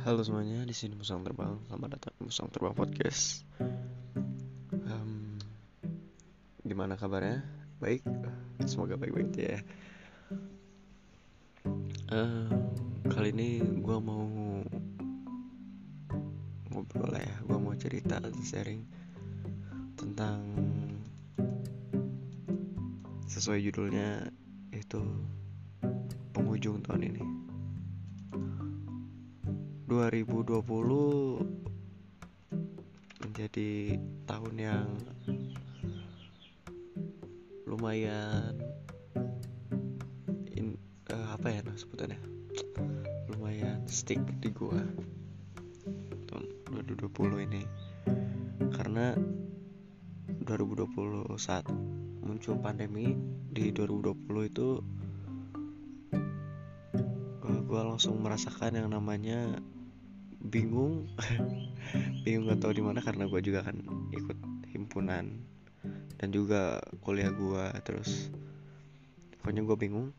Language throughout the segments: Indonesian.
Halo semuanya, di sini Musang Terbang. Selamat datang di Musang Terbang Podcast. Gimana kabarnya? Baik? Semoga baik-baik aja ya. Kali ini gue mau ngobrol ya. Gue mau cerita atau sharing tentang sesuai judulnya, yaitu penghujung tahun ini. 2020 menjadi tahun yang lumayan sebutannya lumayan stick di gua tahun 2020 ini, karena 2020 saat muncul pandemi di 2020 itu gua langsung merasakan yang namanya bingung bingung gak tahu di mana, karena gua juga kan ikut himpunan dan juga kuliah gua, terus pokoknya gua bingung.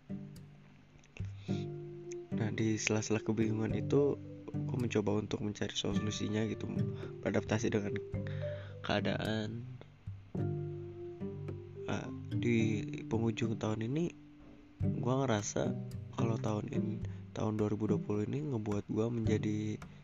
Nah, di sela-sela kebingungan itu gue mencoba untuk mencari solusinya gitu, beradaptasi dengan keadaan. Di penghujung tahun ini gue ngerasa kalau tahun 2020 ini ngebuat gue menjadi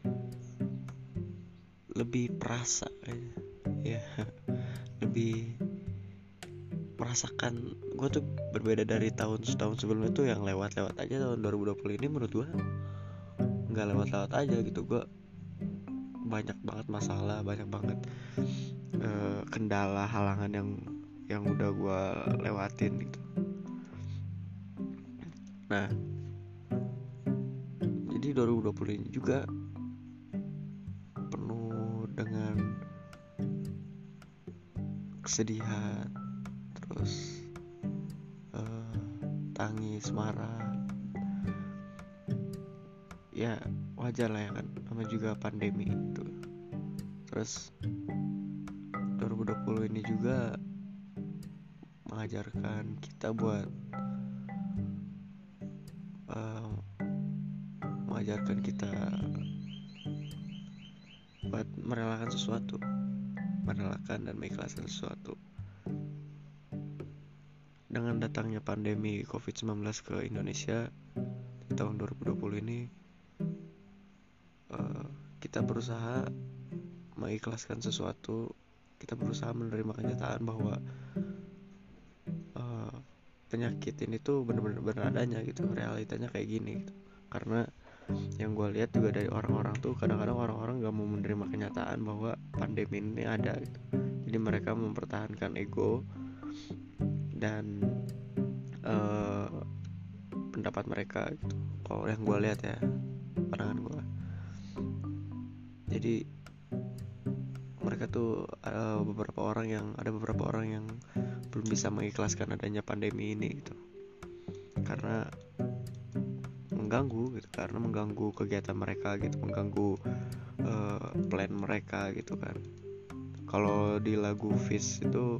lebih perasa ya lebih merasakan. Gue tuh berbeda dari tahun sebelumnya tuh yang lewat-lewat aja. Tahun 2020 ini menurut gue nggak lewat-lewat aja gitu. Gue banyak banget masalah, banyak banget kendala, halangan yang udah gue lewatin gitu. Nah, jadi 2020 ini juga penuh dengan kesedihan, terus tangis, marah. Ya wajar lah ya kan, namanya juga pandemi itu. Terus 2020 ini juga mengajarkan kita buat merelakan sesuatu, merelakan dan mengikhlaskan sesuatu. Dengan datangnya pandemi COVID-19 ke Indonesia di tahun 2020 ini, kita berusaha mengikhlaskan sesuatu. Kita berusaha menerima kenyataan bahwa penyakit ini tuh benar-benar adanya gitu, realitanya kayak gini gitu. Karena yang gue lihat juga dari orang-orang tuh, kadang-kadang orang-orang gak mau menerima kenyataan bahwa pandemi ini ada gitu. Jadi mereka mempertahankan ego dan pendapat mereka gitu. Kalau yang gue lihat ya, pandangan gue. Jadi mereka tuh ada beberapa orang yang belum bisa mengikhlaskan adanya pandemi ini gitu, karena mengganggu kegiatan mereka gitu, mengganggu plan mereka gitu kan. Kalau di lagu Fish itu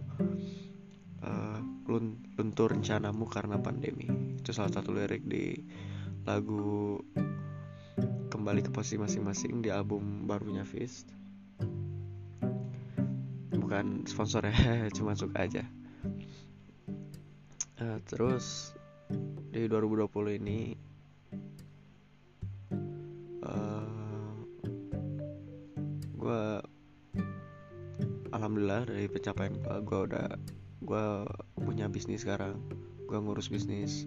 luntur rencanamu karena pandemi, itu salah satu lirik di lagu Kembali ke Posisi Masing-Masing di album barunya Fish. Bukan sponsor ya, cuma suka aja. Terus di 2020 ini gue alhamdulillah dari pencapaian gue punya bisnis sekarang. Gue ngurus bisnis,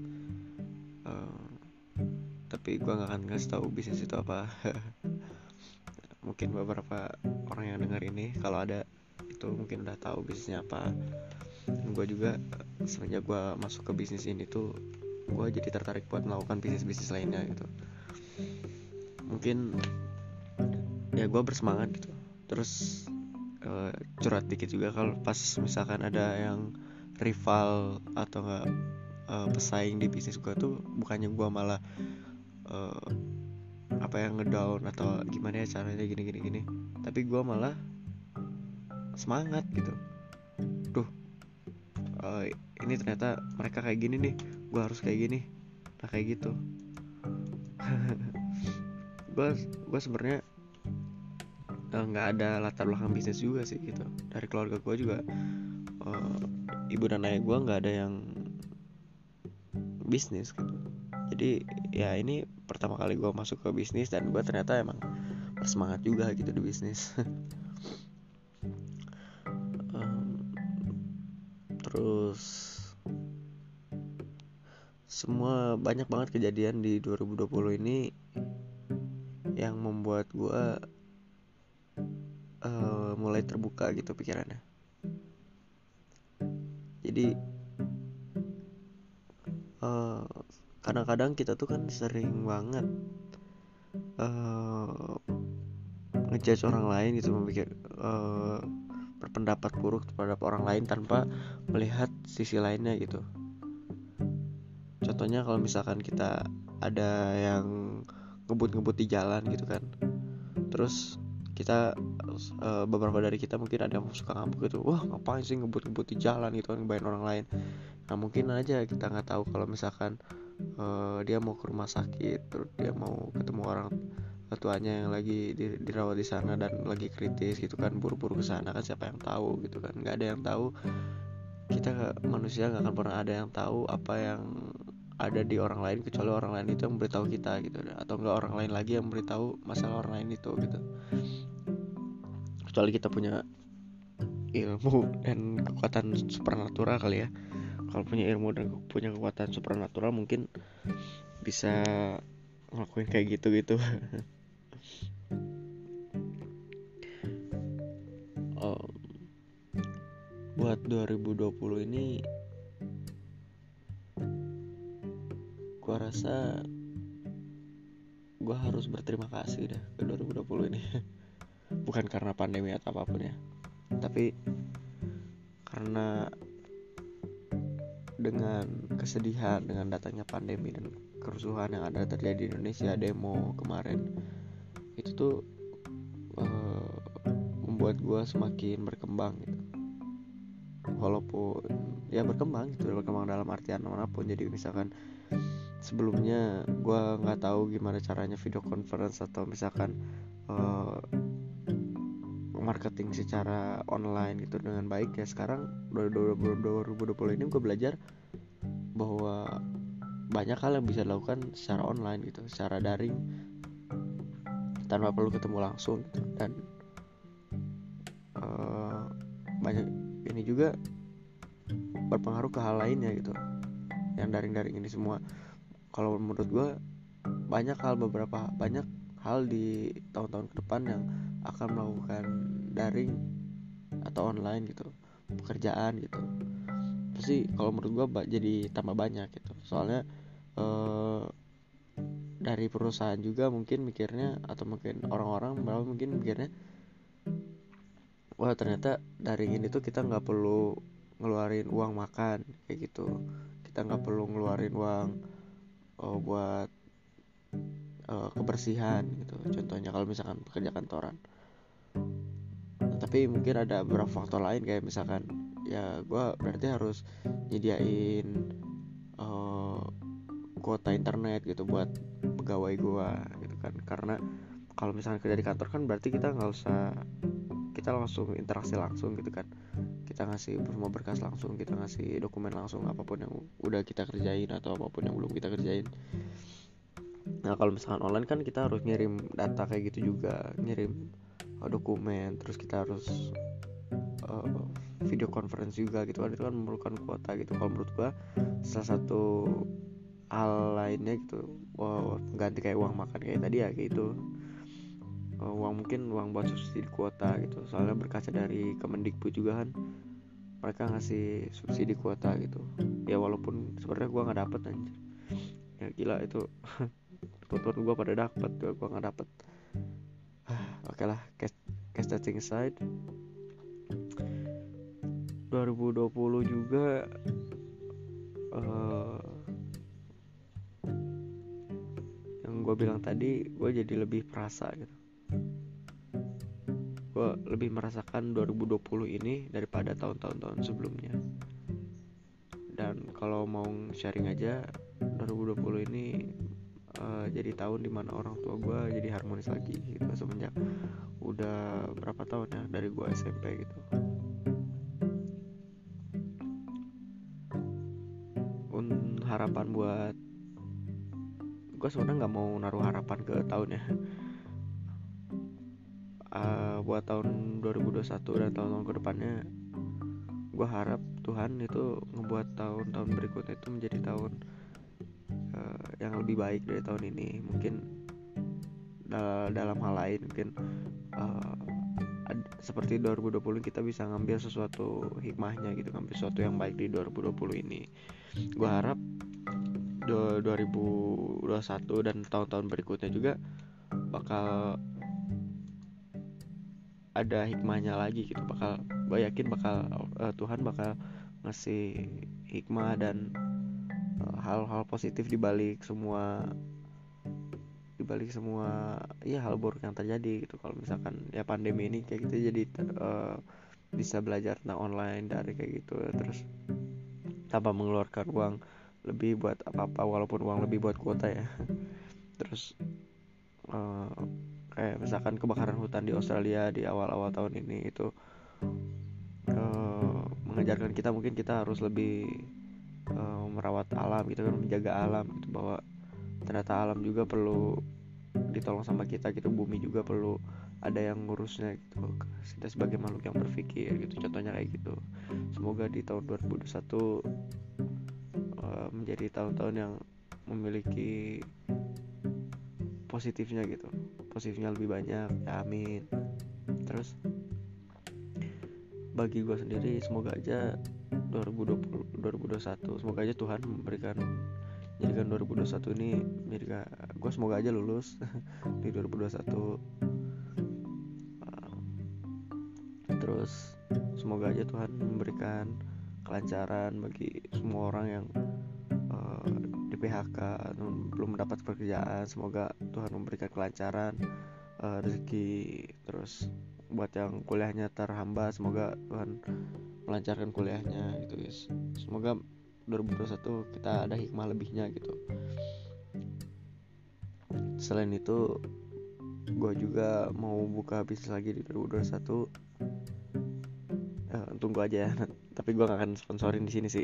tapi gue gak akan ngasih tahu bisnis itu apa. Mungkin beberapa orang yang dengar ini, kalau ada itu mungkin udah tahu bisnisnya apa. Dan gue juga semenjak gue masuk ke bisnis ini tuh, gue jadi tertarik buat melakukan bisnis lainnya gitu. Mungkin ya gue bersemangat gitu. Terus curhat dikit juga, kalau pas misalkan ada yang rival atau enggak pesaing di bisnis gue tuh, bukannya gue malah ngedown atau gimana ya caranya gini, tapi gue malah semangat gitu. Ini ternyata mereka kayak gini nih, gue harus kayak gini. Nah kayak gitu. gue sebenarnya nggak ada latar belakang bisnis juga sih gitu. Dari keluarga gue juga ibu dan ayah gue nggak ada yang bisnis gitu. Jadi ya ini pertama kali gue masuk ke bisnis, dan gue ternyata emang bersemangat juga gitu di bisnis. Terus semua banyak banget kejadian di 2020 ini yang membuat gue mulai terbuka gitu pikirannya. Jadi kadang-kadang kita tuh kan sering banget ngejudge orang lain gitu, berpendapat buruk terhadap orang lain tanpa melihat sisi lainnya gitu. Contohnya kalau misalkan kita ada yang ngebut-ngebut di jalan gitu kan, terus kita beberapa dari kita mungkin ada yang suka ngambek gitu, wah ngapain sih ngebut-ngebut di jalan gitu kan, ngebahin orang lain. Nah mungkin aja kita nggak tahu kalau misalkan dia mau ke rumah sakit, terus dia mau ketemu orang tuanya yang lagi dirawat di sana dan lagi kritis gitu kan, buru-buru ke sana kan, siapa yang tahu gitu kan. Nggak ada yang tahu, kita manusia nggak akan pernah ada yang tahu apa yang ada di orang lain kecuali orang lain itu yang memberitahu kita gitu, atau enggak orang lain lagi yang memberitahu masalah orang lain itu gitu. Kecuali kita punya ilmu dan kekuatan supernatural kali ya. Kalau punya ilmu dan punya kekuatan supernatural mungkin bisa ngelakuin kayak gitu. Buat 2020 ini gua rasa gua harus berterima kasih dah ke 2020 ini. Bukan karena pandemi atau apapun ya, tapi karena dengan kesedihan dengan datangnya pandemi dan kerusuhan yang ada terjadi di Indonesia, demo kemarin itu tuh membuat gue semakin berkembang gitu. Walaupun ya berkembang dalam artian manapun. Jadi misalkan sebelumnya gue nggak tahu gimana caranya video conference atau misalkan marketing secara online gitu dengan baik, ya sekarang 2020 ini gue belajar bahwa banyak hal yang bisa dilakukan secara online gitu, secara daring tanpa perlu ketemu langsung gitu. Dan banyak ini juga berpengaruh ke hal lainnya gitu, yang daring-daring ini semua. Kalau menurut gue banyak hal di tahun-tahun ke depan yang akan melakukan daring atau online gitu, pekerjaan gitu. Pasti kalau menurut gue jadi tambah banyak gitu. Soalnya dari perusahaan juga mungkin mikirnya, atau mungkin orang-orang malah mungkin mikirnya, wah ternyata daring ini tuh kita nggak perlu ngeluarin uang makan kayak gitu, kita nggak perlu ngeluarin uang buat kebersihan gitu. Contohnya kalau misalkan pekerja kantoran. Tapi mungkin ada beberapa faktor lain, kayak misalkan ya gue berarti harus nyediain kuota internet gitu buat pegawai gue gitu kan. Karena kalau misalkan kerja di kantor kan berarti kita langsung interaksi langsung gitu kan, kita ngasih semua berkas langsung, kita ngasih dokumen langsung, apapun yang udah kita kerjain atau apapun yang belum kita kerjain. Nah kalau misalkan online kan kita harus ngirim data kayak gitu juga, ngirim dokumen, terus kita harus video conference juga gitu kan. Itu kan memerlukan kuota gitu. Kalau menurut gua salah satu hal lainnya gitu, ganti kayak uang makan kayak tadi ya, kayak itu mungkin uang buat subsidi kuota gitu. Soalnya berkaca dari Kemendikbud juga kan, mereka ngasih subsidi kuota gitu ya, walaupun sebenarnya gue nggak dapet anjir. Ya gila itu. Temen gue pada dapet, gue nggak dapet. Oke lah, cash setting aside, 2020 juga yang gue bilang tadi, gue jadi lebih perasa gitu. Gue lebih merasakan 2020 ini daripada tahun-tahun sebelumnya. Dan kalau mau sharing aja, 2020 ini jadi tahun dimana orang tua gue jadi harmonis lagi gitu, semenjak udah berapa tahun ya dari gue SMP gitu. Harapan buat gue sebenarnya nggak mau naruh harapan ke tahun ya. Buat tahun 2021 dan tahun-tahun kedepannya, gue harap Tuhan itu ngebuat tahun-tahun berikutnya itu menjadi tahun yang lebih baik dari tahun ini. Mungkin dalam hal lain, mungkin seperti 2020 kita bisa ngambil sesuatu hikmahnya gitu, ngambil sesuatu yang baik di 2020 ini. Gue harap 2021 dan tahun-tahun berikutnya juga bakal ada hikmahnya lagi gitu. Gue yakin Tuhan bakal ngasih hikmah dan hal-hal positif di balik semua ya hal buruk yang terjadi gitu. Kalau misalkan ya pandemi ini kayak gitu, jadi bisa belajar tentang online dari kayak gitu, terus tanpa mengeluarkan uang lebih buat apa-apa, walaupun uang lebih buat kuota ya. Terus kayak misalkan kebakaran hutan di Australia di awal-awal tahun ini itu mengajarkan kita, mungkin kita harus lebih merawat alam gitu kan, menjaga alam gitu, bahwa ternyata alam juga perlu ditolong sama kita gitu, bumi juga perlu ada yang ngurusnya gitu. Kita sebagai makhluk yang berpikir gitu, contohnya kayak gitu. Semoga di tahun 2021 menjadi tahun-tahun yang memiliki positifnya gitu, positifnya lebih banyak ya, amin. Terus bagi gue sendiri, semoga aja 2021 semoga aja Tuhan memberikan, jadikan 2021 ini gue semoga aja lulus di 2021. Terus semoga aja Tuhan memberikan kelancaran bagi semua orang yang di PHK atau belum mendapat pekerjaan. Semoga Tuhan memberikan kelancaran rezeki. Terus buat yang kuliahnya terhambat, semoga Tuhan melancarkan kuliahnya gitu guys. Semoga 2021 kita ada hikmah lebihnya gitu. Selain itu, gue juga mau buka bisnis lagi di 2021. Tunggu aja ya. Tapi gue gak akan sponsorin di sini sih.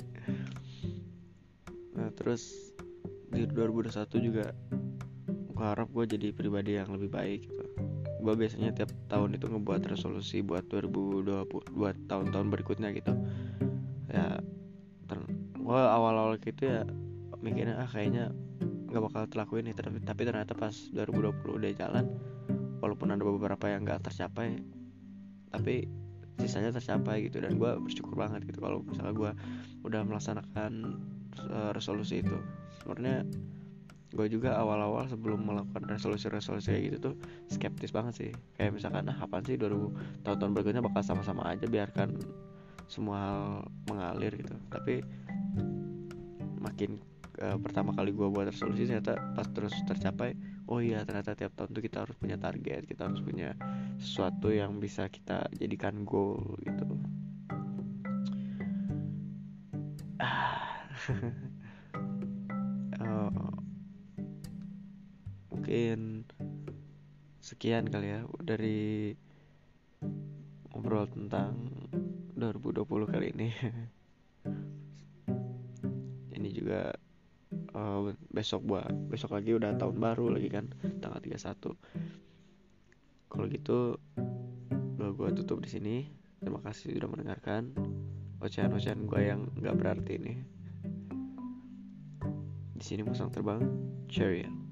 Nah, terus di 2021 juga gue harap gue jadi pribadi yang lebih baik gitu. Gue biasanya tiap tahun itu ngebuat resolusi buat 2020, buat tahun-tahun berikutnya gitu. Ya, gue awal-awal gitu ya mikirnya kayaknya gak bakal terlakuin nih, tapi ternyata pas 2020 udah jalan, walaupun ada beberapa yang gak tercapai, tapi sisanya tercapai gitu. Dan gue bersyukur banget gitu kalau misalnya gue udah melaksanakan resolusi itu. Sebenarnya gue juga awal-awal sebelum melakukan resolusi kayak gitu tuh skeptis banget sih. Kayak misalkan apaan sih, 2000 tahun-tahun berikutnya bakal sama-sama aja, biarkan semua hal mengalir gitu. Tapi makin pertama kali gue buat resolusi, ternyata pas terus tercapai, oh iya ternyata tiap tahun tuh kita harus punya target, kita harus punya sesuatu yang bisa kita jadikan goal gitu. Mungkin sekian kali ya dari ngobrol tentang 2020 kali ini. Ini juga besok lagi udah tahun baru lagi kan, tanggal 31. Kalau gitu gue tutup di sini. Terima kasih sudah mendengarkan ocehan gue yang nggak berarti ini. Di sini musang terbang, cheerio.